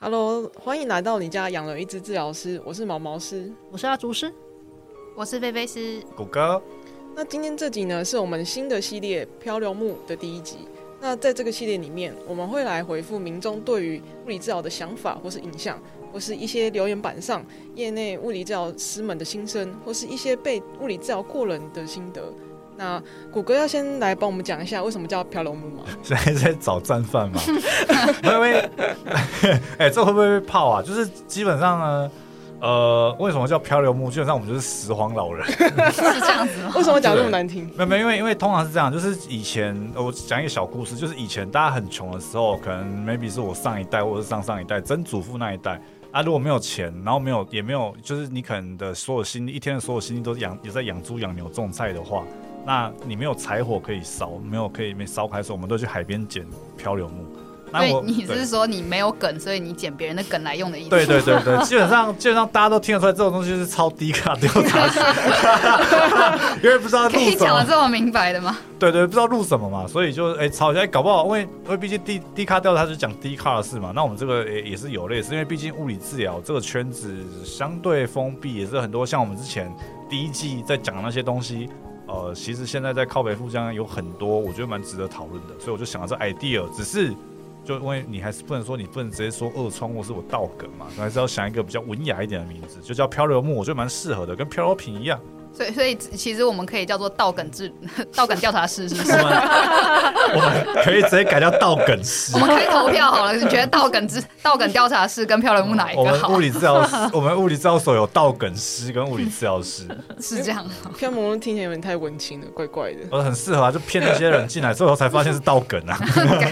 Hello， 欢迎来到你家养了一只治疗师，我是毛毛师， 我是阿竹师， 我是菲菲师， 谷歌。 那今天这集呢，是我们新的系列漂流木的第一集。那在这个系列里面，我们会来回复民众对于物理治疗的想法或是影像，或是一些留言板上业内物理治疗师们的心声，或是一些被物理治疗过人的心得。那谷歌要先来帮我们讲一下为什么叫漂流木吗？ 现在在找战犯吗？因为这会不会被泡啊？就是基本上呢，为什么叫漂流木？基本上我们就是拾荒老人。 是这样子吗？ 为什么讲这么难听？ 没有，因为通常是这样，就是以前我讲一个小故事，就是以前大家很穷的时候，可能 maybe 是我上一代或者是上一代曾祖父那一代啊，如果没有钱，然后也没有，就是你可能的所有心力，一天的所有心力都也在养猪、养牛、种菜的话，那你没有柴火可以烧，没烧开的时候，我们都去海边捡漂流木。 所以你是说你没有梗，所以你捡别人的梗来用的意思？ 对，基本上大家都听得出来，这种东西是超低卡调查式，因为不知道录什么。可以讲得这么明白的吗？ 对，不知道录什么嘛，所以就吵一下，搞不好因为毕竟低卡调查就讲低卡的事嘛，那我们这个也是有类似，因为毕竟物理治疗这个圈子相对封闭，也是很多像我们之前第一季在讲的那些东西。其实现在在靠北附江有很多我觉得蛮值得讨论的，所以我就想到这 idea， 只是就因为你还是不能直接说二创或是我道梗嘛，还是要想一个比较文雅一点的名字，就叫漂流木，我觉得蛮适合的，跟漂流瓶一样。 所以其实我们可以叫做道梗调查师，是不是？ 我们可以直接改叫道梗师。 我们可以投票好了，你觉得道梗调查师跟漂流木哪一个好？ 我们物理治疗所有道梗师跟物理治疗师， 是这样。 漂流木听起来有点太文青了，怪怪的。 很适合啊，就骗那些人进来，最后才发现是道梗啊。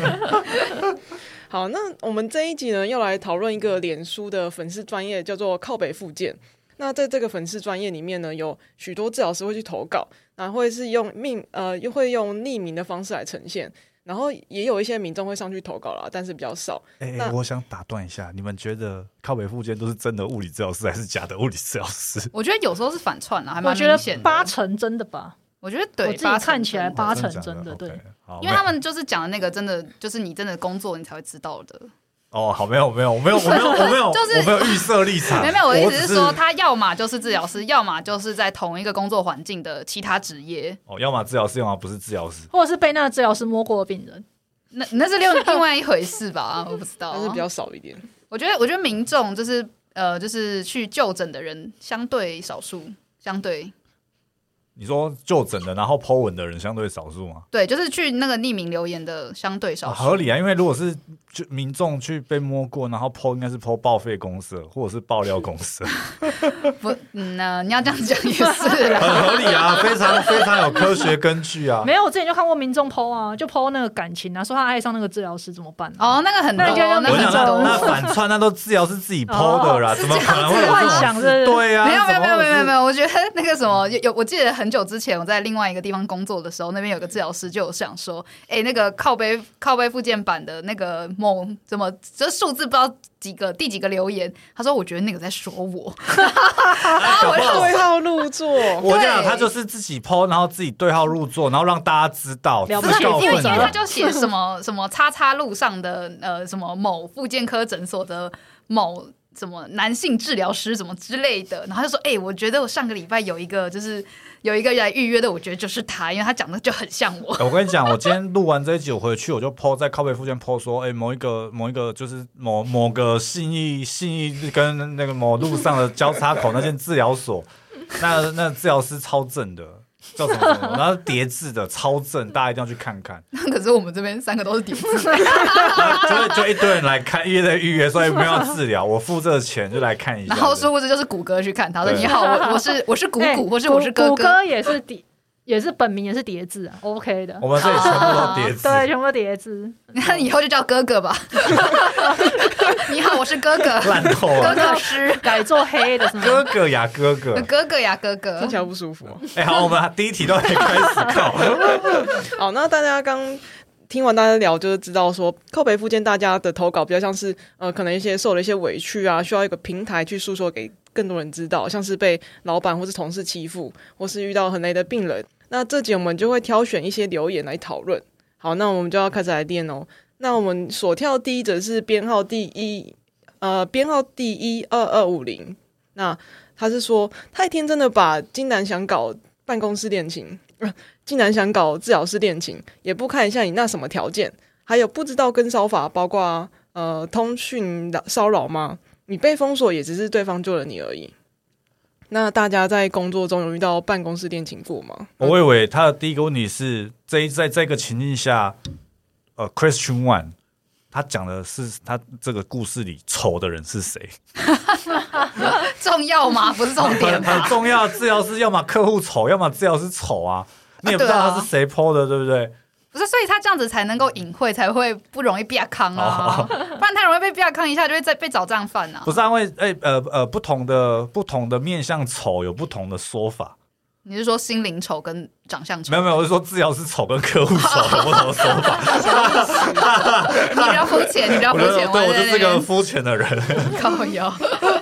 好，那我们这一集呢，要来讨论一个脸书的粉丝专页，叫做靠北复健。那在这个粉丝专页里面呢，有许多治疗师会去投稿，然后会是又会用匿名的方式来呈现，然后也有一些民众会上去投稿啦，但是比较少。 我想打断一下，你们觉得靠北复健都是真的物理治疗师还是假的物理治疗师？ 我觉得有时候是反串啊，还蛮明显的。 我觉得8成真的吧。 我觉得对， 我自己看起来8成真的，对， okay， 因为他们就是讲的那个真的就是你真的工作你才会知道的。 哦，好，没有，我没有预设立场。 没有，我的意思是说，他要么就是治疗师，要么就是在同一个工作环境的其他职业。 要么治疗师，要么不是治疗师， 或者是被那个治疗师摸过的病人。 那是另外一回事吧？我不知道， 但是比较少一点。 我觉得民众就是去就诊的人相对少数，相对。 你说就诊的，然后 po 文的人相对少数吗？ 对，就是去那个匿名留言的相对少数。 合理啊，因为如果是就民众去被摸过，然后 po 应该是 po 报废公社或者是爆料公社。 不，你要这样讲也是啦， 很合理啊，非常有科学根据啊。 没有，我之前就看过民众 po 啊，就 po 那个感情啊，说他爱上那个治疗师怎么办啊？ 哦，那个很多， 那反串那都治疗师自己 po 的啦，怎么可能会有幻想？ 对啊， 没有，我觉得那个什么我记得很久之前我在另外一个地方工作的时候，那边有个治疗师就有想说，那个靠背复健版的那个某怎么这数字不知道第几个留言，他说我觉得那个在说我，然后我就对号入座。 我讲他就是自己 po， 然后自己对号入座，然后让大家知道， 因为他就写什么叉叉路上的什么某复健科诊所的某什么男性治疗师什么之类的，然后他就说我觉得我上个礼拜有一个来预约的，我觉得就是他，因为他讲的就很像我。 我跟你讲，我今天录完这一集，我回去我就 po 在靠北附近 po 说，某一个就是某个信义跟那个某路上的交叉口那间治疗所，那治疗师超正的。叫什么？然后叠字的超正，大家一定要去看看。 可是我们这边3个都是叠字， 就一堆人来看，预约，所以没有要治疗，我付这个钱就来看一下。 然后殊不知就是谷歌去看，他说你好，我是谷谷，或是我是哥哥。 谷歌也是本名也是叠字啊 ，OK 的。 我们这里全部都叠字， 对，全部都叠字。 那以后就叫哥哥吧。你好，我是哥哥， 烂透了。 哥哥师改做黑的什么？ 哥哥呀哥哥， 哥哥呀哥哥， 听起来不舒服。 好，我们第一题都可以开始靠。 好，那大家刚听完大家聊，就是知道说靠北复健大家的投稿比较像是可能一些受了一些委屈啊，需要一个平台去诉说给更多人知道，像是被老板或是同事欺负，或是遇到很累的病人。那这集我们就会挑选一些留言来讨论。好，那我们就要开始来练哦。那我们所跳第一则是编号第编号第12250，那他是说太天真的把竟然想搞办公室恋情，竟然想搞治疗师恋情，也不看一下你那什么条件，还有不知道跟骚法包括通讯骚扰吗？你被封锁也只是对方救了你而已。那大家在工作中有遇到办公室恋情过吗？ 我以为他的第一个问题是在这个情境下，Question One， 他讲的是他这个故事里丑的人是谁？ 重要吗？不是重点吧？ 很重要，治疗师要么客户丑，要么治疗师丑啊，你也不知道他是谁 po 的，对不对？ 不是，所以他这样子才能够隐晦，才会不容易被康啊，不然太容易被康一下，就会再被找账犯啊。 不是因为不同的面相丑有不同的说法。 你是说心灵丑跟长相丑？ 没有，我是说治疗师丑跟客户丑有不同的说法。 你比较肤浅， 对，我就是个肤浅的人。 靠腰。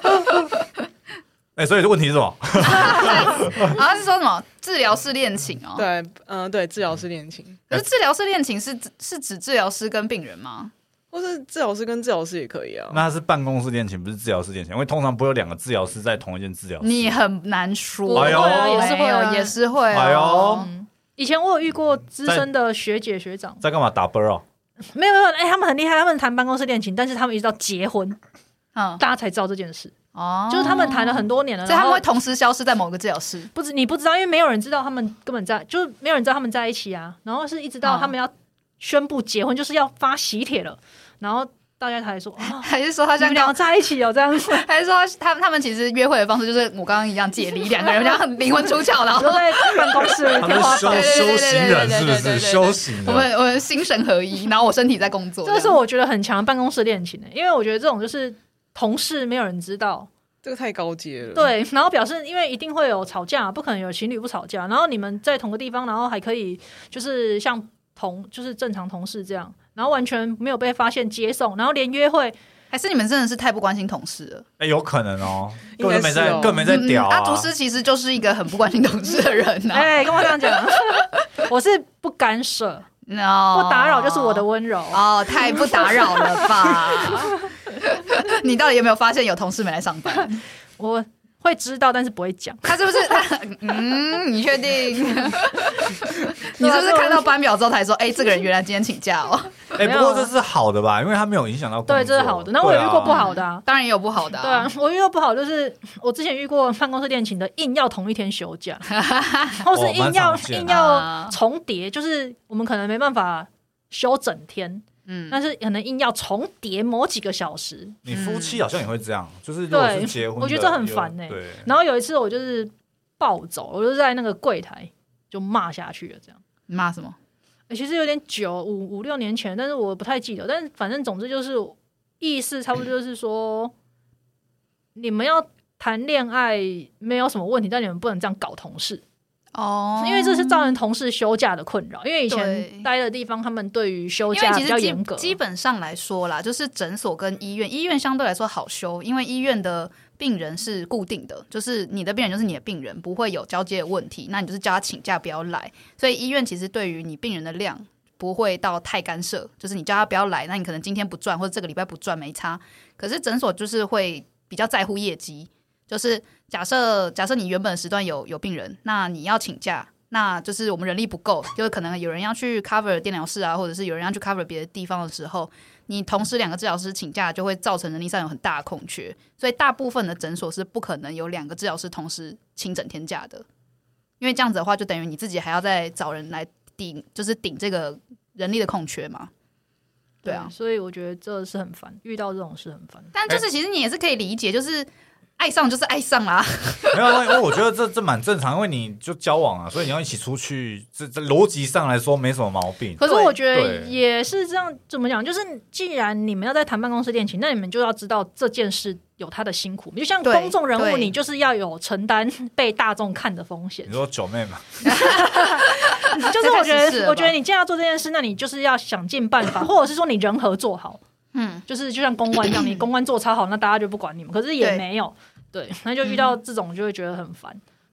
所以问题是什么？ 他是说什么治疗室恋情哦？ 对，对，治疗师恋情。 可是治疗室恋情是指治疗师跟病人吗？ 或是治疗师跟治疗师也可以啊。 那他是办公室恋情，不是治疗室恋情，因为通常不会有2个治疗师在同一间治疗室。 你很难说， 哎呦， 也是会啊， 也是会。 哎呦， 以前我有遇过资深的学姐学长， 在干嘛打啵哦？ 没有，他们很厉害，他们谈办公室恋情，但是他们一直到结婚，大家才知道这件事。就是他们谈了很多年了， 所以他们会同时消失在某个治疗室。 你不知道，因为没有人知道他们根本在，就是没有人知道他们在一起啊。然后是一直到他们要宣布结婚，就是要发喜帖了，然后大家才说， 还是说他像你们俩在一起哦，这样子， 还是说他们其实约会的方式就是我刚刚一样解离2个人，这样灵魂出窍，然后在办公室天花板修行人是不是？修行人， 我们心神合一，然后我身体在工作。 这是我觉得很强的办公室恋情因为我觉得这种就是同事没有人知道。 这个太高阶了。 对，然后表示因为一定会有吵架，不可能有情侣不吵架。然后你们在同个地方，然后还可以就是像就是正常同事这样，然后完全没有被发现接送，然后连约会， 还是你们真的是太不关心同事了？ 有可能哦，根本没在屌啊。 图师其实就是一个很不关心同事的人啊。 干嘛这样讲？我是不干涉。 No， 不打扰就是我的温柔太不打扰了吧？你到底有没有发现有同事没来上班？ 我会知道，但是不会讲。 他是不是？你确定？你是不是看到班表之后才说，这个人原来今天请假哦？ 不过这是好的吧，因为他没有影响到工作。 对，这是好的。那我有遇过不好的当然也有不好的。 对啊，我遇到不好就是我之前遇过办公室恋情的，硬要同一天休假，或是硬要重叠，就是我们可能没办法休整天。但是可能硬要重叠某几个小时。 你夫妻好像也会这样，就是如果是结婚的， 我觉得这很烦对。然后有一次我就是暴走，我就在那个柜台就骂下去了，这样。 你骂什么？ 其实有点久，5-6年前，但是我不太记得。但是反正总之就是意思差不多就是说，你们要谈恋爱没有什么问题，但你们不能这样搞同事。因为这是造成同事休假的困扰，因为以前待的地方他们对于休假比较严格。 基本上来说啦，就是诊所跟医院相对来说好休，因为医院的病人是固定的，就是你的病人就是你的病人，不会有交接的问题，那你就是叫他请假不要来。所以医院其实对于你病人的量不会到太干涉，就是你叫他不要来，那你可能今天不赚或者这个礼拜不赚没差。可是诊所就是会比较在乎业绩，就是假设你原本时段有病人，那你要请假，那就是我们人力不够，就是可能有人要去 cover 电疗室啊，或者是有人要去 cover 别的地方的时候，你同时2个治疗师请假，就会造成人力上有很大的空缺，所以大部分的诊所是不可能有2个治疗师同时请整天假的，因为这样子的话，就等于你自己还要再找人来顶这个人力的空缺嘛。对啊， 所以我觉得这是很烦，遇到这种事很烦。 但就是其实你也是可以理解，就是爱上就是爱上啦。 没有，因为我觉得这蛮正常，因为你就交往啊，所以你要一起出去，这逻辑上来说没什么毛病。 可是我觉得也是这样，怎么讲？就是既然你们要在谈办公室恋情，那你们就要知道这件事有他的辛苦。就像公众人物，你就是要有承担被大众看的风险。 你说九妹嘛？ 就是我觉得你既然要做这件事，那你就是要想尽办法，或者是说你人和做好。就像公关这样，你公关做超好，那大家就不管你们。可是也没有，对，那就遇到这种就会觉得很烦。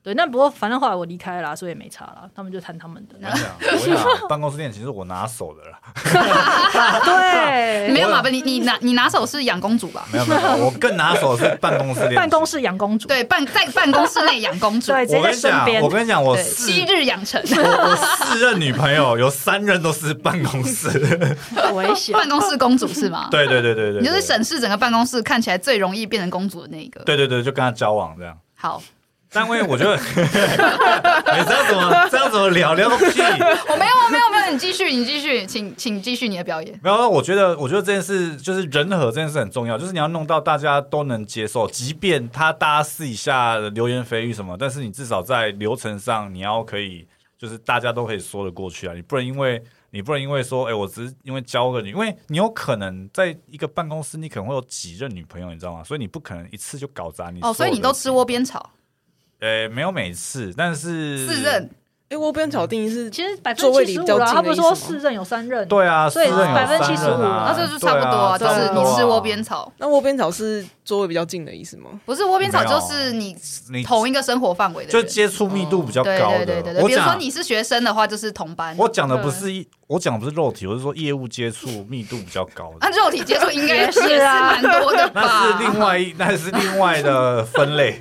对，那不过反正后来我离开了啦，所以也没差啦，他们就谈他们的。 我跟你讲，办公室恋情是我拿手的啦。 对， 没有嘛？不，你拿手是养公主吧？ 没有，我更拿手的是办公室恋情。 办公室养公主， 对，在办公室内养公主。 对，直接在身边。 我跟你讲，我 7日养成。 我4任女朋友有3任都是办公室， 危险。 办公室公主是吗？ 对， 你就是审视整个办公室看起来最容易变成公主的那一个。 对，就跟他交往这样。 好。 但因为我觉得，你这样怎么聊个屁？ 我没有，你继续，请继续你的表演。 没有，我觉得这件事就是人和这件事很重要，就是你要弄到大家都能接受，即便大家私底下流言蜚语什么，但是你至少在流程上你要可以，就是大家都可以说得过去啊。你不能因为说，我只是因为交个女，因为你有可能在一个办公室，你可能会有几任女朋友，你知道吗？所以你不可能一次就搞砸你。 所以你都吃窝边草。 没有每次，但是 4任。 窝边草定义是其实75%啦，他不是说4任有3任， 对啊， 所以 75% 那这就差不多啊，就是你吃窝边草。 那窝边草是座位比较近的意思吗？ 不是，窝边草就是你同一个生活范围的人， 就接触密度比较高的。 对，比如说你是学生的话，就是同班。 我讲的不是肉体，我是说业务接触密度比较高的。 肉体接触应该是蛮多的吧？ 那是另外的分类。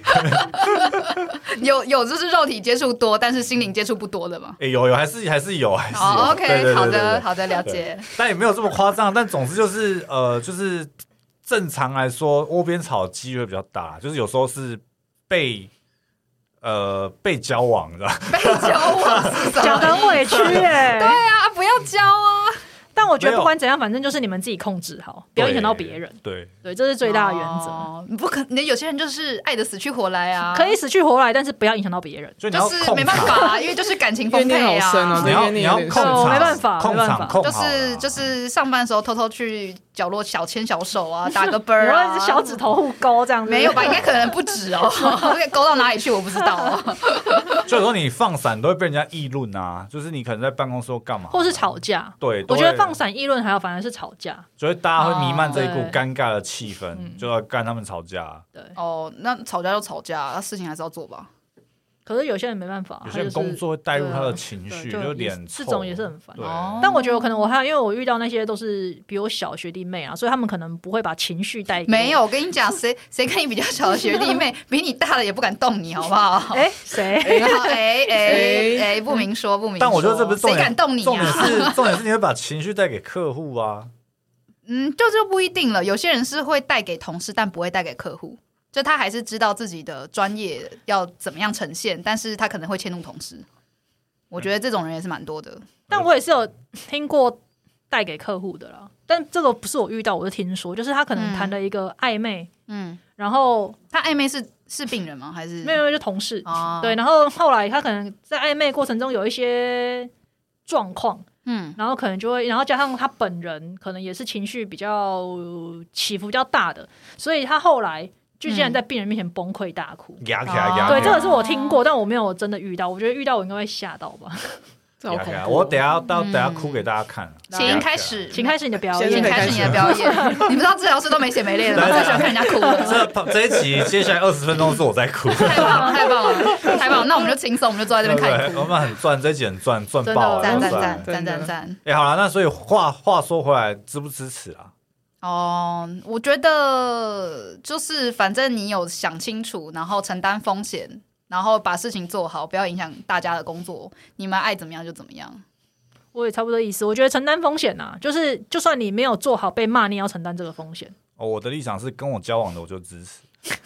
有就是肉体接触多，但是心灵接触不多的嘛？ 有还是有。 OK， 好的，了解。 但也没有这么夸张，但总之就是正常来说，窝边草机会比较大，就是有时候是被交往的。 被交往是什么？ 讲很委屈耶。 对啊，不要交啊！ 但我觉得不管怎样，反正就是你们自己控制好，不要影响到别人。 对， 这是最大的原则。 不可能，有些人就是爱的死去活来啊， 可以死去活来，但是不要影响到别人。 就是没办法，因为就是感情丰沛啊。 你要控场， 没办法， 就是上班的时候偷偷去角落小牵小手啊，打个啵啊， 小指头互勾这样子。 没有吧？应该可能不止哦，勾到哪里去我不知道哦。 就有时候你放闪都会被人家议论啊，就是你可能在办公室或干嘛， 或是吵架。 对， 我觉得放闪议论还有反而是吵架， 所以大家会弥漫这一股尴尬的气氛，就要干他们吵架。 对， 那吵架就吵架，那事情还是要做吧。 可是有些人没办法， 有些人工作会带入他的情绪，就脸臭， 这种也是很烦。但我觉得可能因为我遇到那些都是比我小学弟妹啊，所以他们可能不会把情绪带给我。 没有，我跟你讲，谁跟你比较小的学弟妹，比你大的也不敢动你，好不好？ 谁？ 不明说。 但我觉得这不是重点， 谁敢动你啊？ 重点是你会把情绪带给客户啊。 就不一定了。有些人是会带给同事，但不会带给客户。就他还是知道自己的专业要怎么样呈现，但是他可能会迁怒同事。我觉得这种人也是蛮多的。 但我也是有听过带给客户的啦，但这个不是我遇到，我是听说，就是他可能谈了一个暧昧，然后他暧昧是病人吗？还是没有就同事？对，然后后来他可能在暧昧过程中有一些状况。然后可能就会，然后加上他本人可能也是情绪比较起伏比较大的，所以他后来就竟然在病人面前崩溃大哭。 对， 这个是我听过，但我没有真的遇到。我觉得遇到我应该会吓到吧。 我等下哭给大家看。 请开始你的表演， 你不知道治疗师都没血没泪的，最喜欢看人家哭了。 这一集接下来20分钟是我在哭。 太棒了！那我们就轻松，我们就坐在这边看哭。 我们很赚，这一集很赚爆了， 赞！ 好了，那所以话说回来，支不支持啊？ 我觉得就是反正你有想清楚，然后承担风险，然后把事情做好，不要影响大家的工作，你们爱怎么样就怎么样。 我也差不多意思，我觉得承担风险啊，就是就算你没有做好被骂，你也要承担这个风险。 我的立场是跟我交往的我就支持。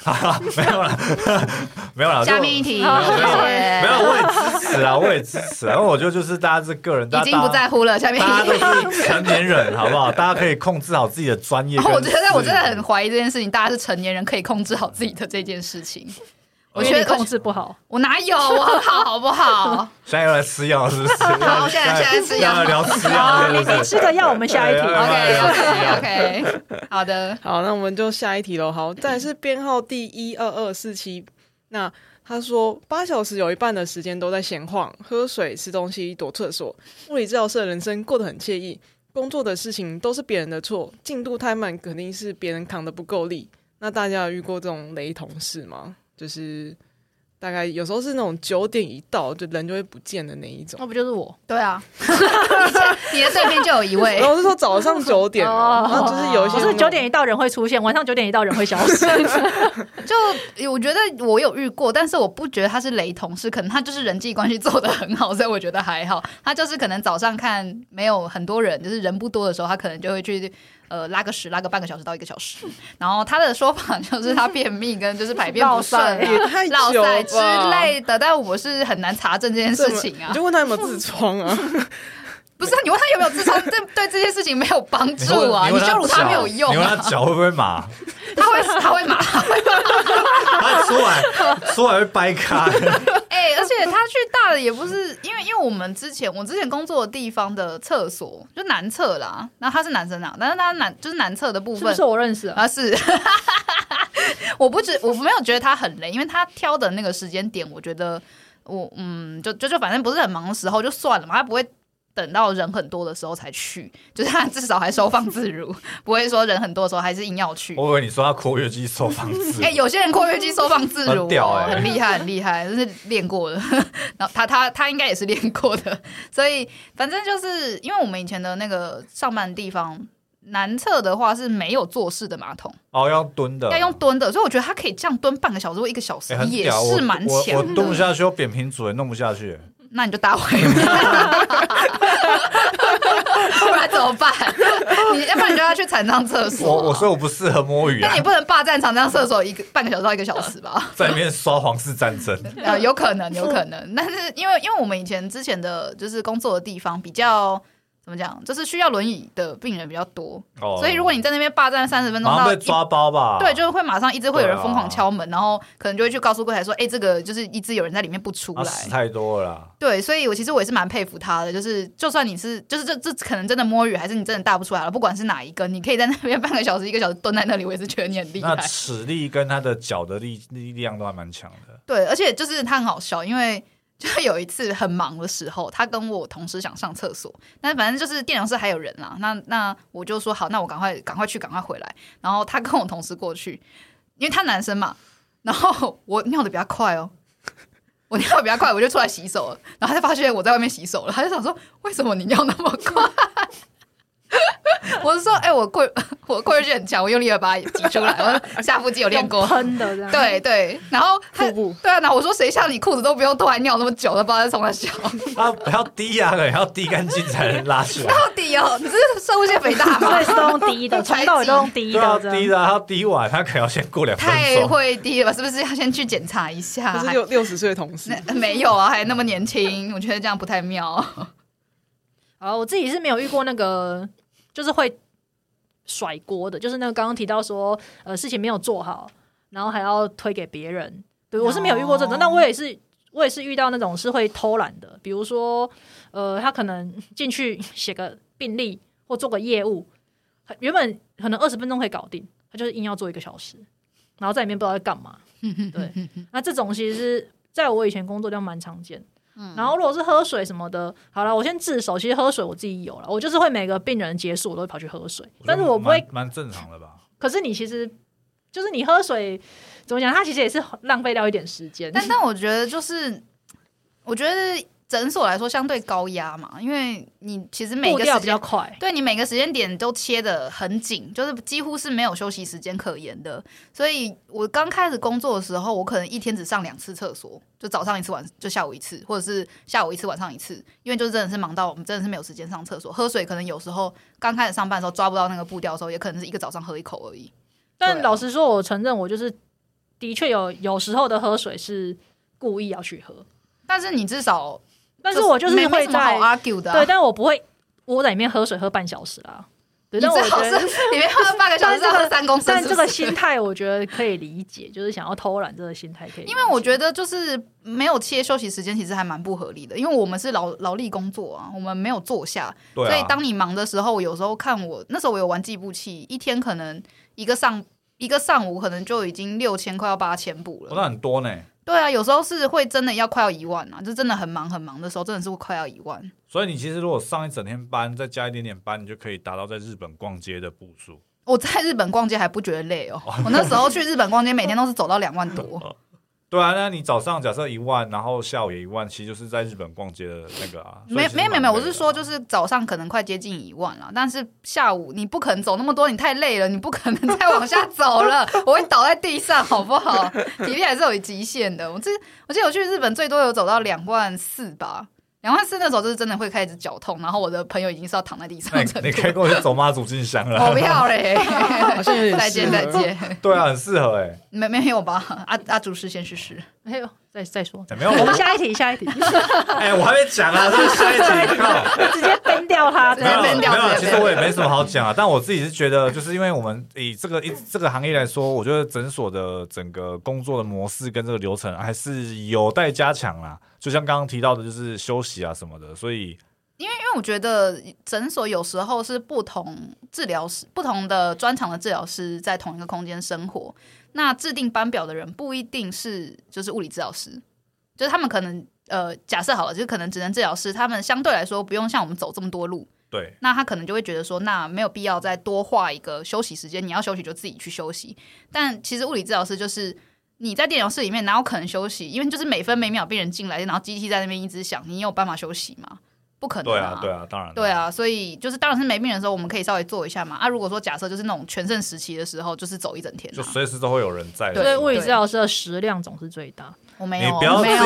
没有啦， 下面一题， 没有，我也支持啊，因为我觉得就是大家是个人， 已经不在乎了，下面大家都是成年人，好不好？大家可以控制好自己的专业。 我觉得我真的很怀疑这件事情，大家是成年人可以控制好自己的这件事情。 我觉得你控制不好， 我哪有？我很好，好不好？ 现在又来吃药是不是？ 好，现在吃药， 聊吃药。 你吃个药，我们下一题。 OK， 好的， 好，那我们就下一题喽。好，再来是编号第12247。那他说8小时有一半的时间都在闲晃、喝水、吃东西、躲厕所。物理治疗师的人生过得很惬意，工作的事情都是别人的错，进度太慢肯定是别人扛得不够力。那大家有遇过这种雷同事吗？就是大概有时候是那种9点一到，就人就会不见的那一种。 那不就是我？ 对啊，你的对面就有一位然。后是说早上9点，然后就是有一些不是9点一到人会出现，晚上9点一到人会消失。 就我觉得我有遇过，但是我不觉得他是雷同事，可能他就是人际关系做得很好，所以我觉得还好。他就是可能早上看没有很多人，就是人不多的时候，他可能就会去拉个半个小时到1个小时。然后他的说法就是他便秘跟就是排便不顺、 也太久了吧之类的，但我是很难查证这件事情啊你。就问他有没有痔疮啊？ 不是你问他有没有痔疮，对这件事情没有帮助啊，你羞辱他没有用、啊。 你问他脚会不会麻？ 他会麻。 他出来会掰开。 而且他去大的也不是因为我之前工作的地方的厕所就男厕啦，然后他是男生啊，但是他就是男厕的部分是不是我认识啊？ 是，我没有觉得他很累，因为他挑的那个时间点，我觉得就反正不是很忙的时候就算了嘛，他不会等到人很多的时候才去，就是他至少还收放自如，不会说人很多的时候还是硬要去。 我以为你说他括约肌收放自如。 有些人括约肌收放自如、 很屌很厉害，很厉害，就是练过的。然后他应该也是练过的，所以反正就是因为我们以前的那个上班的地方，男厕的话是没有坐式的马桶， 要蹲的， 要用蹲的，所以我觉得他可以这样蹲半个小时或1个小时， 很也屌是蛮强的。 我蹲不下去，我扁平足也弄不下去。 那你就打回来，不然怎么办？你要不然你就要去残障厕所、 我说我不适合摸鱼啊。 但你不能霸占残障厕所半个小时到1个小时吧？ 在里面刷皇室战争。 有可能。但是因为我们之前的就是工作的地方比较。怎么讲？就是需要轮椅的病人比较多，所以如果你在那边霸占30分钟， 马上被抓包吧？ 对，就会马上一直会有人疯狂敲门，然后可能就会去告诉柜台说：“这个就是一直有人在里面不出来。” 死太多了啦。 对，所以其实我也是蛮佩服他的，就是就算你是就是这可能真的摸鱼，还是你真的大不出来了，不管是哪一个，你可以在那边半个小时、1个小时蹲在那里，我也是觉得你很厉害。 那齿力跟他的脚的力量都还蛮强的。 对，而且就是他很好笑，因为。就有一次很忙的时候，他跟我同事想上厕所，但反正就是电容室还有人啦。那我就说好，那我赶快去，赶快回来。然后他跟我同事过去，因为他男生嘛，然后我尿的比较快哦，我尿的比较快，我就出来洗手了。然后他就发现我在外面洗手了，他就想说为什么你尿那么快？我是说，我括约肌很强，我用力的把它挤出来，我下腹肌有练过， 喷的这样。 对，然后腹部， 对啊，然后我说谁像你裤子都不用脱，还尿那么久，都不知道在从哪小。 要滴啊，要滴干净才能拉起来。 到底你这是生物腺肥大吗？ 所以是都用滴的，从到尾都用滴的， 要滴的，要滴完，他可能要先过2分钟。 太会滴了吧？是不是要先去检查一下？ 他是60岁的同事， 没有啊，还那么年轻，我觉得这样不太妙。 我自己是没有遇过那个。就是会甩锅的，就是那个刚刚提到说，事情没有做好，然后还要推给别人。对，我是没有遇过这种，但我也是遇到那种是会偷懒的，比如说，他可能进去写个病历或做个业务，原本可能20分钟可以搞定，他就是硬要做1个小时，然后在里面不知道在干嘛。对，那这种其实是在我以前工作就蛮常见。然后如果是喝水什么的，好了，我先自首。其实喝水我自己有了，我就是会每个病人结束我都会跑去喝水，但是我不会蛮正常的吧。 可是你其实就是你喝水怎么讲，它其实也是浪费掉一点时间。 但我觉得我觉得诊所来说相对高压嘛，因为你其实每个时间步调比较快， 对你每个时间点都切得很紧，就是几乎是没有休息时间可言的。所以我刚开始工作的时候，我可能一天只上2次厕所，就早上1次，就下午1次，或者是下午1次，晚上1次，因为就真的是忙到我们真的是没有时间上厕所。喝水可能有时候刚开始上班的时候抓不到那个步调的时候，也可能是1个早上喝1口而已。 但老实说，我承认我就是的确有时候的喝水是故意要去喝， 但是你至少。 但是我就是会在 argue 的、 对，但我不会窝在里面喝水喝半小时啦。对， 但我觉得里面喝半个小时，喝3公升， 但这个心态我觉得可以理解，就是想要偷懒这个心态可以理解。 因为我觉得就是没有切休息时间，其实还蛮不合理的。因为我们是劳力工作啊，我们没有坐下，所以当你忙的时候，我有时候看那时候我有玩计步器，一天可能一个上午可能就已经6000快要8000步了， 那很多呢。 对啊，有时候是会真的要快要1万啊，就真的很忙的时候，真的是会快要1万。 所以你其实如果上一整天班，再加一点点班，你就可以达到在日本逛街的步数。 我在日本逛街还不觉得累哦，我那时候去日本逛街，每天都是走到2万多。 对啊，那你早上假设1万，然后下午也1万，其实就是在日本逛街的那个啊。 没有，我是说就是早上可能快接近1万了，但是下午你不可能走那么多，你太累了，你不可能再往下走了，我会倒在地上，好不好？体力还是有极限的。我记得我去日本最多有走到2.4万吧。2.4万那时候就是真的会开始脚痛，然后我的朋友已经是要躺在地上。 你可以跟我去走妈祖进香了。 我不要嘞， 好像有点再见。 对啊，很适合哎。 没有吧？阿主事先试试。 没有，再说。 没有， 我们下一题。 哎，我还没讲啊，这是下一题，靠， 直接编掉它， 直接编掉。 没有，其实我也没什么好讲啊。但我自己是觉得，就是因为我们以这个行业来说，我觉得诊所的整个工作的模式跟这个流程还是有待加强啦。就像刚刚提到的，就是休息啊什么的，所以因为我觉得诊所有时候是不同治疗师、不同的专长的治疗师在同一个空间生活，那制定班表的人不一定是就是物理治疗师，就是他们可能假设好了，就是可能职能治疗师，他们相对来说不用像我们走这么多路。 对， 那他可能就会觉得说，那没有必要再多花一个休息时间，你要休息就自己去休息。但其实物理治疗师就是你在电疗室里面哪有可能休息？因为就是每分每秒病人进来，然后机器在那边一直响，你有办法休息吗？不可能啊！ 对啊，当然。 对啊，所以就是当然是没病人的时候，我们可以稍微做一下嘛。啊，如果说假设就是那种全盛时期的时候，就是走一整天， 就随时都会有人在。 所以物理治疗师的食量总是最大。 我没有， 你不要自己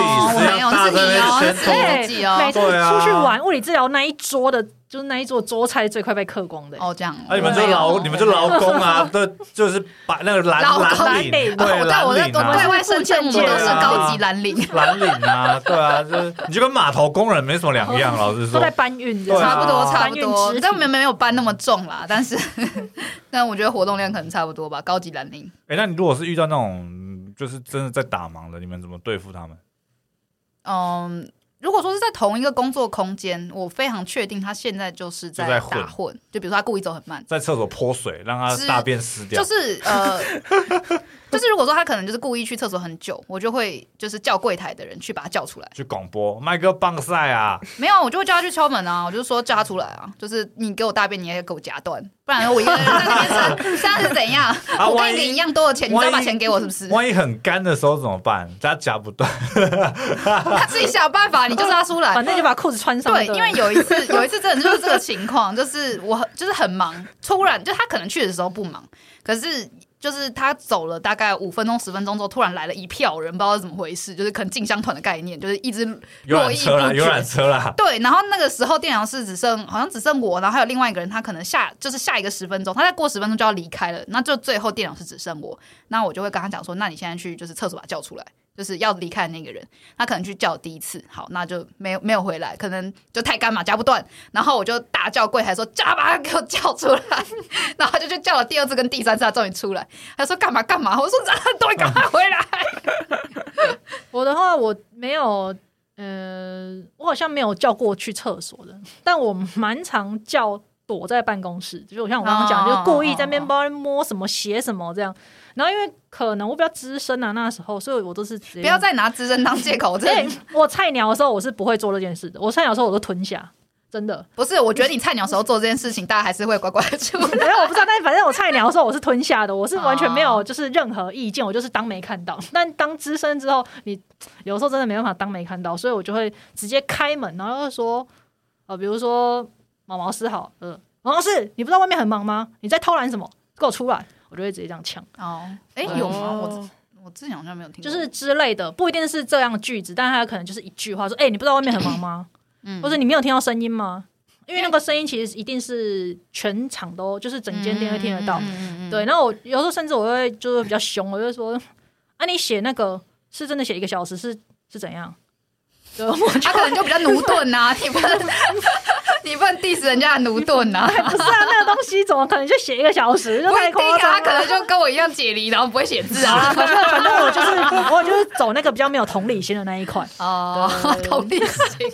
是你哦， 每次出去玩，物理治疗那一桌的，就是那一桌桌菜最快被嗑光的。 哦，这样。 你们就劳工啊，对，就是把那个蓝领，对，蓝领啊， 对外声称我们都是高级蓝领， 蓝领啊，对啊，就是你就跟码头工人没什么两样，老实说。 都在搬运， 差不多，但没有搬那么重啦，但我觉得活动量可能差不多吧，高级蓝领。 那你如果是遇到那种就是真的在打忙的，你们怎么对付他们？ 如果说是在同一个工作空间，我非常确定他现在就是在打混，就比如说他故意走很慢， 在厕所泼水让他大便湿掉， 就是如果说他可能就是故意去厕所很久，我就会就是叫柜台的人去把他叫出来， 去广播麦哥棒赛啊， 没有，我就会叫他去敲门啊，我就说叫他出来啊，就是你给我大便，你也给我夹断，不然我一个人在那边这样是怎样？我跟你领一样多的钱，你都要把钱给我是不是？ 万一很干的时候怎么办？他夹不断， 他自己想办法，你就是他出来， 反正就把裤子穿上。 对，因为有一次真的就是这个情况，就是我就是很忙，突然就他可能去的时候不忙，可是。就是他走了大概5分钟10分钟之后，突然来了一票人，不知道是怎么回事，就是可能进香团的概念，就是一直络绎不绝。 游览车啦。对， 然后那个时候电疗室好像只剩我，然后还有另外一个人，他可能下一个10分钟，他再过10分钟就要离开了，那就最后电疗室只剩我，那我就会跟他讲说，那你现在去就是厕所把他叫出来。就是要离开的那个人，他可能去叫第一次，好，那就没有回来，可能就太干嘛夹不断，然后我就大叫柜台说叫把他给我叫出来，然后他就去叫了第2次跟第3次，他终于出来，他说干嘛，我说都会赶快回来。 我的话我没有，我好像没有叫过去厕所的，但我蛮常叫躲在办公室，就是我像我刚刚讲，就是故意在那边帮人摸什么写什么这样。然后因为可能我比较资深啊，那时候，所以我都是直接不要再拿资深当借口。 我菜鸟的时候我是不会做这件事的，我菜鸟的时候我都吞下，真的不是。我觉得你菜鸟的时候做这件事情，大家还是会乖乖的出来。 没有，我不知道，但反正我菜鸟的时候我是吞下的，我是完全没有就是任何意见，我就是当没看到。但当资深之后，你有时候真的没办法当没看到，所以我就会直接开门，然后就说，比如说毛师好，毛师，你不知道外面很忙吗？你在偷懒什么？给我出来！我就会直接这样呛。 有吗？我之前好像没有听过， 就是之类的，不一定是这样的句子，但他可能就是一句话说：“你不知道外面很忙吗？或者你没有听到声音吗？”因为那个声音其实一定是全场都，就是整间店会听得到。对，然后我有时候甚至我会就是比较凶，我就说：“你写那个是真的写1个小时是怎样？”对， 他可能就比较驽钝啊，你不能 diss 人家的驽钝啊！ 不是啊，那个东西怎么可能就写1个小时？就太夸张了。 他可能就跟我一样解离，然后不会写字啊。 反正我就是走那个比较没有同理心的那一块。 同理心。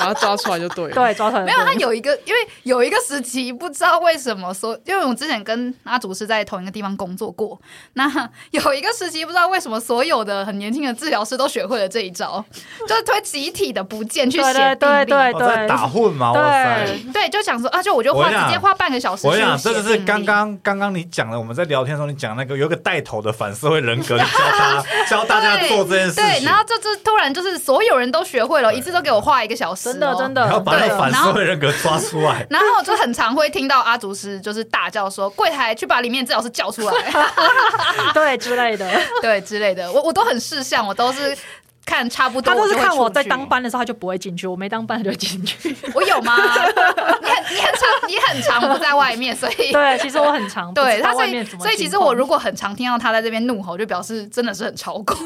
把他抓出来就对了。 对，抓出来。 没有，他有一个，因为有一个时期不知道为什么说，因为我之前跟阿竹是在同一个地方工作过，那有一个时期不知道为什么所有的很年轻的治疗师都学会了这一招，就是会集体的不见去写病历， 对， 打混嘛，哇塞！ 对，就想说啊，就我就直接花半个小时。 我想这就是刚刚你讲的，我们在聊天的时候你讲那个有一个带头的反社会人格，教大家做这件事情。 对，然后这突然就是所有人都学会了，一次都给我花1个小时， 真的， 然后把那个反社会人格抓出来。 然后就很常会听到阿竹师就是大叫说：“柜台去把里面治疗师叫出来。” 对之类的， 对之类的，我都很识相，我都是。看差不多， 他都是看我在当班的时候，他就不会进去；我没当班就进去。 我有吗？你很常不在外面，所以对，其实我很常对他所以其实我如果很常听到他在这边怒吼，就表示真的是很超过。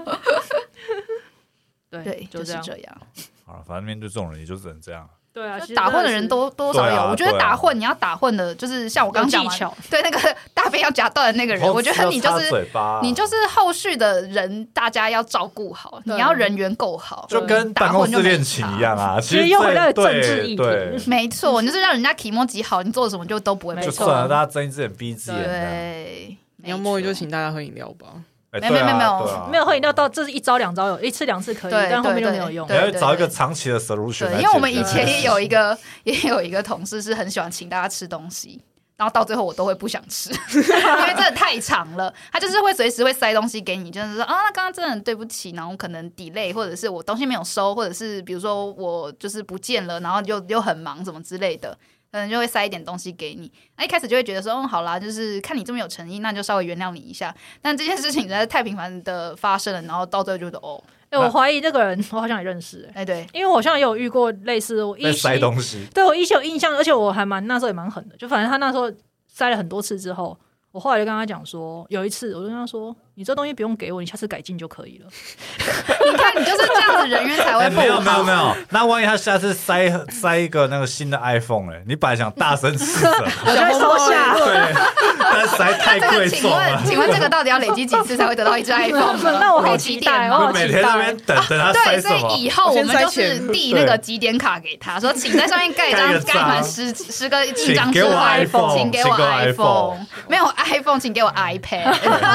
对，就是这样。 好了，反正面对这种人，也就只能这样。 对啊， 打混的人多少有。我觉得打混，你要打混的，就是像我刚刚讲技巧， 对那个大便要夹断的那个人，我觉得你就是后续的人，大家要照顾好，你要人缘够好， 就跟办公室恋情一样啊。 其实又回到政治议题， 没错，你就是让人家体摸极好，你做什么就都不会被就算了，大家睁一只眼闭一只眼。 对， 你要摸鱼就请大家喝饮料吧。 没有喝饮料到这是1招2招有1次2次可以，但后面就没有用。 你要找一个长期的 solution。 因为我们以前也有一个同事是很喜欢请大家吃东西，然后到最后我都会不想吃，因为真的太长了。他就是会随时会塞东西给你，就是说啊，刚刚真的很对不起，然后可能 delay， 或者是我东西没有收，或者是比如说我就是不见了，然后又很忙什么之类的。可能就会塞一点东西给你，那一开始就会觉得说，好啦，就是看你这么有诚意，那就稍微原谅你一下。但这件事情实在是太频繁的发生了，然后到最后就我怀疑这个人我好像也认识， 对， 因为我好像也有遇过类似我塞东西， 对我依稀有印象，而且我还那时候也蛮狠的，就反正他那时候塞了很多次之后，我后来就跟他讲说，有一次我就跟他说，你这东西不用给我，你下次改进就可以了。 你看，你就是这样子，人缘才会不好。 没有，那万一他下次塞一个那个新的 iPhone 你本来想大声斥责， 我就会收下。 对，但实在太贵重了。 请问这个到底要累积几次才会得到一只 iPhone 呢？ 那我好期待， 我每天在那边等他塞什么。 对，所以以后我们就是递那个集点卡给他，说请在上面盖满10个印章之后，请给我 iPhone， 没有 iPhone， 请给我 iPad。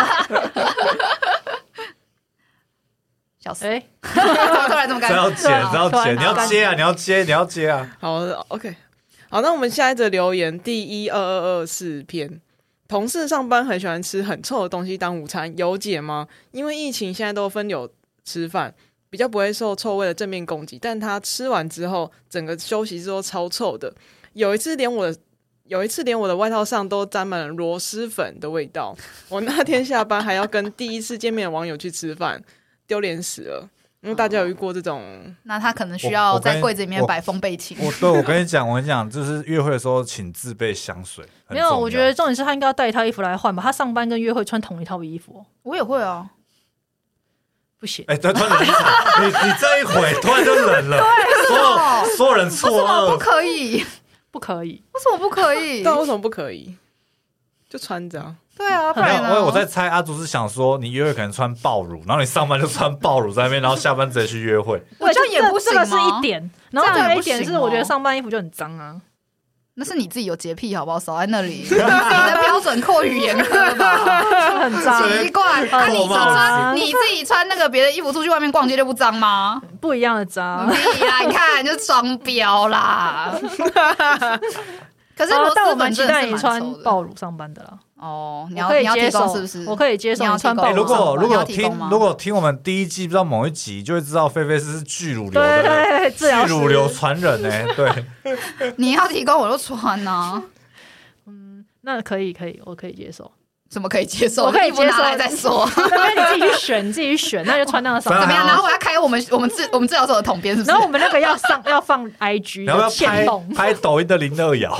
笑死！突然这么尴尬， 这要剪，你要接啊！ 好 ，OK， 好，那我们下一则留言第12224篇，同事上班很喜欢吃很臭的东西当午餐，有解吗？因为疫情现在都分流吃饭，比较不会受臭味的正面攻击，但他吃完之后，整个休息之后超臭的。有一次连我的外套上都沾满了螺蛳粉的味道。我那天下班还要跟第一次见面的网友去吃饭，丢脸死了。因为大家有遇过这种， 那他可能需要在柜子里面摆风贝琴。 我跟你讲，就是约会的时候请自备香水。 没有，我觉得重点是他应该要带一套衣服来换吧。他上班跟约会穿同一套衣服。 我也会啊。不行， 突然冷场，你这一回突然就冷了，所有人错愕， 为什么不可以？ 不可以？ 为什么不可以？ 对，为什么不可以？就穿着啊。 对啊，不然呢？ 我在猜阿竹是想说，你约会可能穿暴乳，然后你上班就穿暴乳在那边，然后下班直接去约会。 我觉得也不行吗？ 这个是一点，然后还有一点是，我觉得上班衣服就很脏啊。 那是你自己有洁癖好不好？少在那里，你的标准过于严苛吧？ 很脏， 奇怪。你自己穿那个别的衣服出去外面逛街就不脏吗？ 不一样的脏。 你看就双标啦。可是但我蛮期待你穿暴乳上班的啦。 哦，你要提供是不是？ 我可以接受你穿暴乳。 如果听我们第一季不知道某一集，就会知道菲菲是巨乳流的巨乳流传人对。 你要提供我就穿啊。 那可以，我可以接受。 怎么可以接受？ 我可以接受， 来再说。 那你自己去选，那就穿那个上。 怎么样？然后我要开我们治疗所的统编，是不是？ 然后我们那个要放 IG， 然后要拍抖音的02摇。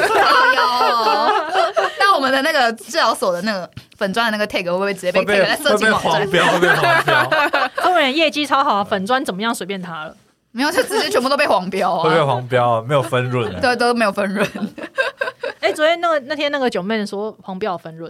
那我们的那个治疗所的那个粉专的那个 tag 会不会直接被 tag 在设计网站？ 会被黄标。 中国人业绩超好，粉专怎么样随便他了。 没有，就直接全部都被黄标啊！ 会被黄标，没有分润。 对，都没有分润。 昨天那天那个九妹说黄标有分润啊。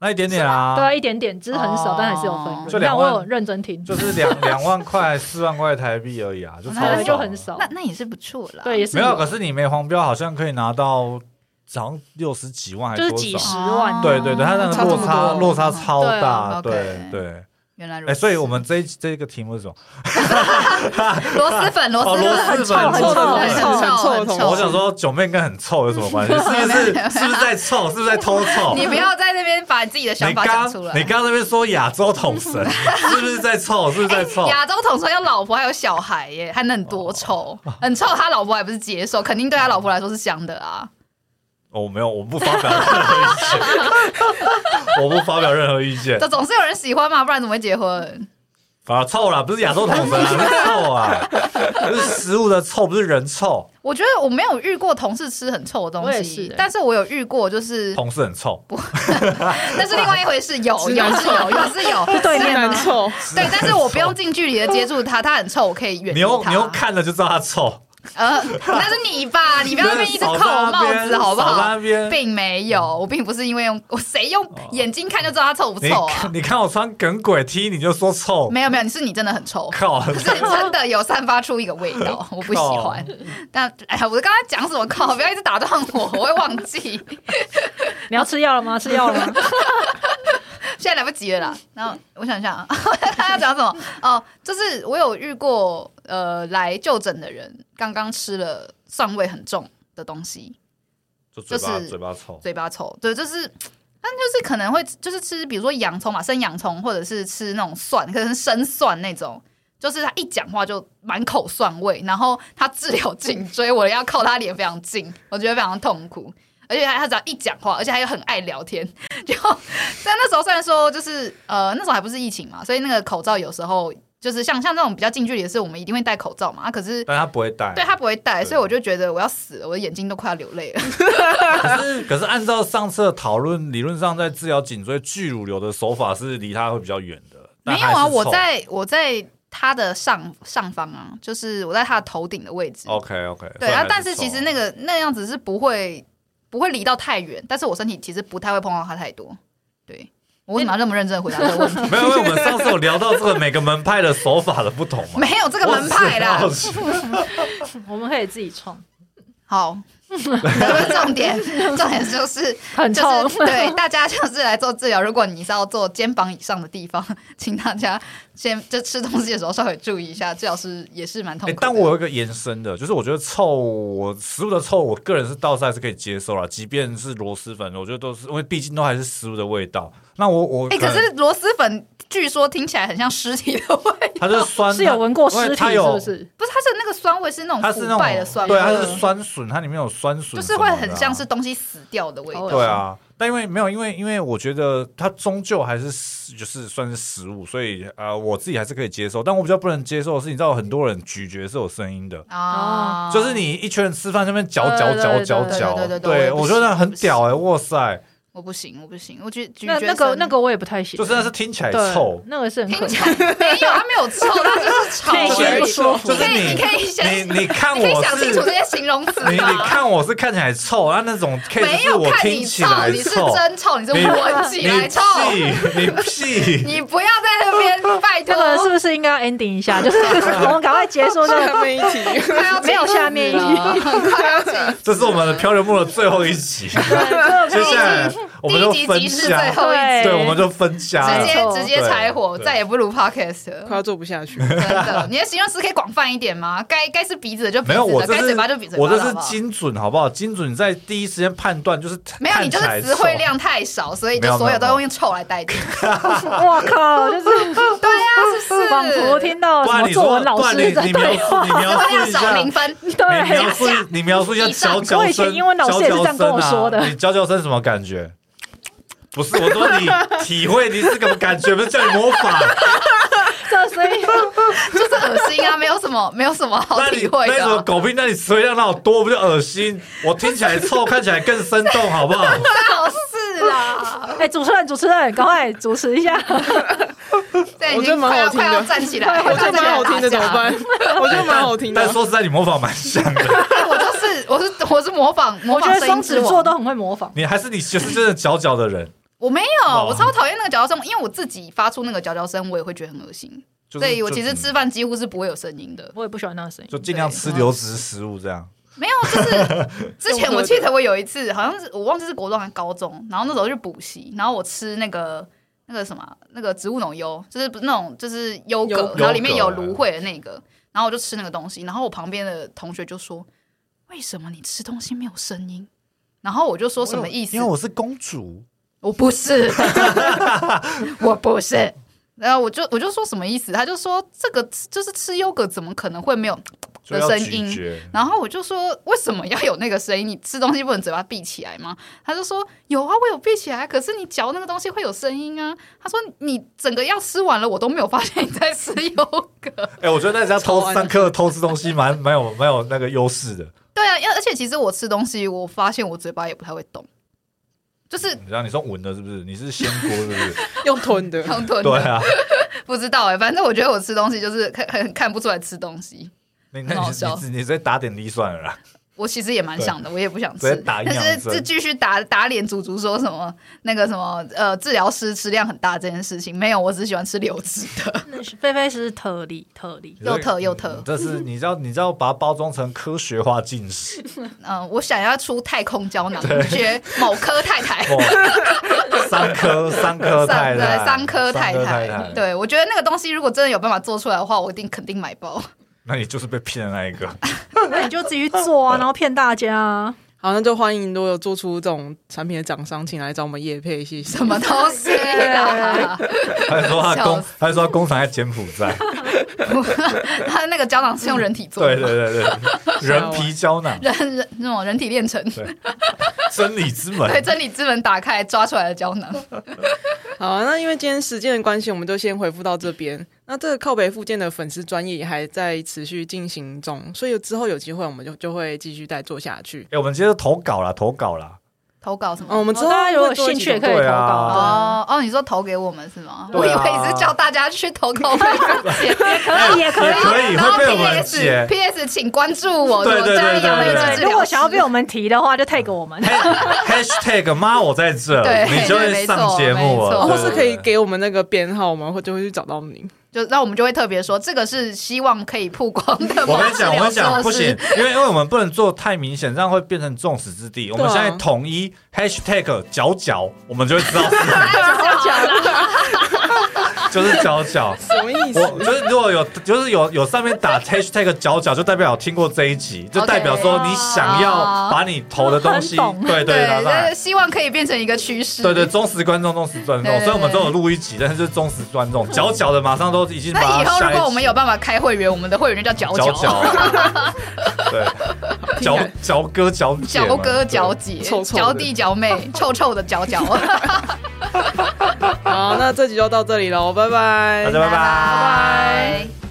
那一点点啊， 对啊，一点点，只是很少，但还是有分润。 就你看我有认真听， 就是2万块、4万块台币而已啊，就超少， 就很少。 那也是不错啦。 对，也是没有。可是你没黄标，好像可以拿到好像60几万，还就是多少几十万。 对对对，它那个落差超大， 对对对。 原来如此。 所以我们这个题目是什么？ 螺蛳粉很臭很臭。 我想说九妹跟很臭有什么关系？是不是在臭？是不是在偷臭？ 你不要在那边把自己的想法讲出来。 你刚刚那边说亚洲统神，是不是在臭？是不是在臭？ 亚洲统神有老婆还有小孩耶，还能多臭？很臭，他老婆还不是接受，肯定对他老婆来说是香的啊。 没有，我不发表任何意见。我不发表任何意见。 这总是有人喜欢嘛，不然怎么会结婚？ 反而臭啦，不是亚洲统神啊，是臭啊，是食物的臭，不是人臭。 我觉得我没有遇过同事吃很臭的东西，但是我有遇过就是同事很臭， 不，那是另外一回事。有是有对面很臭， 对，但是我不用近距离的接触它，它很臭，我可以远离它。 你用看了就知道它臭。 那是你吧，你不要那边一直扣我帽子好不好？并没有，我并不是因为谁用眼睛看就知道它臭不臭啊？ 你看我穿耿鬼 T 你就说臭？ 没有，你真的很臭， 靠， 是真的有散发出一个味道，我不喜欢。但我刚才讲什么？靠，不要一直打断我会忘记。 你要吃药了吗？吃药了吗？ 现在来不及了啦。然后我想想，他要讲什么？就是我有遇过来就诊的人，刚刚吃了蒜味很重的东西， 就是嘴巴臭， 对，就是他就是可能会就是吃，比如说洋葱嘛，生洋葱，或者是吃那种蒜，可能是生蒜那种。就是他一讲话就满口蒜味，然后他滞留颈椎，我要靠他脸非常近，我觉得非常痛苦。而且他只要一讲话，而且他又很爱聊天，但那时候虽然说就是那时候还不是疫情嘛，所以那个口罩有时候就是像这种比较近距离的事，我们一定会戴口罩嘛。可是但他不会戴， 对他不会戴，所以我就觉得我要死了，我的眼睛都快要流泪了。 可是按照上次的讨论，理论上在治疗颈椎巨乳瘤的手法是离他会比较远的。 没有啊，我在他的上方啊，就是我在他的头顶的位置。 OK， 对啊，但是其实那样子是不会离到太远，但是我身体其实不太会碰到他太多。对，我为什么要那么认真的回答这个问题？ 没有，因为我们上次有聊到这个每个门派的手法的不同嘛。 没有这个门派啦， 我们可以自己创。 好。重点就是很臭， 对大家就是来做治疗。如果你是要做肩膀以上的地方，请大家先就吃东西的时候稍微注意一下，治疗师也是蛮痛苦的。 但我有一个延伸的，就是我觉得食物的臭，我个人是倒是还是可以接受啦，即便是螺蛳粉，我觉得都是因为毕竟都还是食物的味道。那我可是螺蛳粉据说听起来很像尸体的味道， 它就是酸， 是有闻过尸体是不是？ 不是，它是那个酸味是那种腐败的酸味， 对，它是酸笋，它里面有酸笋， 就是会很像是东西死掉的味道。 对啊，但因为我觉得它终究还是就是算是食物，所以我自己还是可以接受。但我比较不能接受的是，你知道很多人咀嚼是有声音的啊，就是你一群人吃饭那边嚼，对，我觉得很屌哇塞。 我不行，我觉得那个我也不太行， 就是那是听起来臭， 那个是很听起来没有，它没有臭，它就是臭， 不舒服。 你可以看我想清楚这些形容词。 你看我是看起来臭，那种 case 是我听起来臭， 你是真臭，你是闻起来臭， 你屁， 你不要在那边拜托。 这个是不是应该要 ending 一下？就是我们赶快结束这个下面一题， 没有下面一题， 这是我们的漂流木的最后一集，接下来。我们就分家，对，我们就分家， 直接柴火，再也不录 podcast 了， 快要做不下去。 真的，你的形容词可以广泛一点吗？该是鼻子的就鼻子的，该嘴巴就鼻嘴巴。 我这是精准，好不好？精准在第一时间判断，就是没有，你就是词汇量太少，所以就所有都用臭来代替。 我靠，就是对呀，是不是？ 仿佛听到什么作文老师的对话， 你描述一下少0分， 对， 你描述一下佼佼声， 我以前英文老师也是这样跟我说的。 你佼佼声什么感觉？不是，我说你体会你是什么感觉，不是叫你模仿。 这声音就是恶心啊，没有什么好体会的。 那什么狗屁，那你词汇量那么多，不就恶心？我听起来臭，看起来更生动，好不好？ 好事啦！ 主持人，赶快主持一下。 对，已经快要站起来， 我觉得蛮好听的，怎么办？我觉得蛮好听的。 但说实在，你模仿蛮像的。 我是模仿。 我觉得双子座都很会模仿。 你还是你就是真的佼佼的人。 我没有， 哦我超讨厌那个嚼嚼声，因为我自己发出那个嚼嚼声，我也会觉得很恶心。 就是所以我其实吃饭几乎是不会有声音的。 我也不喜欢那个声音， 就尽量吃流质食物这样。 没有，就是之前我记得我有一次，好像是我忘记是国中还是高中，然后那时候去补习，然后我吃那个什么那个植物浓优，就是不是那种就是优格，然后里面有芦荟的那个，然后我就吃那个东西，然后我旁边的同学就说：“为什么你吃东西没有声音？”然后我就说什么意思？ 因为我是公主， 我不是，我不是。然后我就说什么意思？他就说这个就是吃优格怎么可能会没有的声音？然后我就说为什么要有那个声音？你吃东西不能嘴巴闭起来吗？他就说有啊，我有闭起来，可是你嚼那个东西会有声音啊。他说你整个要吃完了，我都没有发现你在吃优格。 我觉得在家上课偷吃东西蛮有那个优势的。 对啊，而且其实我吃东西，我发现我嘴巴也不太会动。就是你知道你说闻的是不是？你是鲜锅是不是？ 用吞的， 用吞的。 对啊， 不知道反正我觉得我吃东西就是看不出来吃东西。 你直接打点滴算了啦。 我其实也蛮想的，我也不想吃， 直接打营养针， 但是继续打脸祖祖说什么那个什么治疗师吃量很大这件事情没有，我只喜欢吃流质的。 菲菲是特例， 又特， 这是你知道把它包装成科学化进食。 我想要出太空胶囊，学某科太太， 三颗太太， 三颗太太。对，我觉得那个东西如果真的有办法做出来的话，我肯定买包。 那你就是被骗的那一个。 那你就自己做啊，然后骗大家啊。 好，那就欢迎如果有做出这种产品的厂商，请来找我们业配，谢谢。 什么东西啦？ 他说他工厂在柬埔寨， 他那个胶囊是用人体做的， 对，人皮胶囊， 那种人体炼成， 真理之门， 对，真理之门打开抓出来的胶囊。 好，那因为今天时间的关系，我们就先回复到这边。那这个靠北附件的粉丝专页也还在持续进行中，所以之后有机会我们就会继续再做下去。 我们接着投稿啦。 投稿什么？ 我们之后大家有兴趣也可以投稿。 你说投给我们是吗？我以为是叫大家去投靠北附件， 也可以， 会被我们解。 PS 请关注我， 对， 如果想要被我们提的话，就 tag 我们。 #妈我在这，你就会上节目了。 或是可以给我们那个编号，我们就会去找到你。 那我们就会特别说，这个是希望可以曝光的。 我跟你讲，不行，因为我们不能做太明显，这样会变成众矢之的。我们现在统一#角，我们就会知道是就是角， 什么意思？ 就是如果有上面打#角，就代表有听过这一集，就代表说你想要把你投的东西，对， 希望可以变成一个趋势。 对，忠实观众，所以我们都有录一集，但是就是忠实观众，角的马上都已经把它下一集。 那以后如果我们有办法开会员，我们的会员就叫角， 对，角哥角姐， 角弟角妹，臭的角。 好，那这集就到这里了，拜拜， 大家拜拜。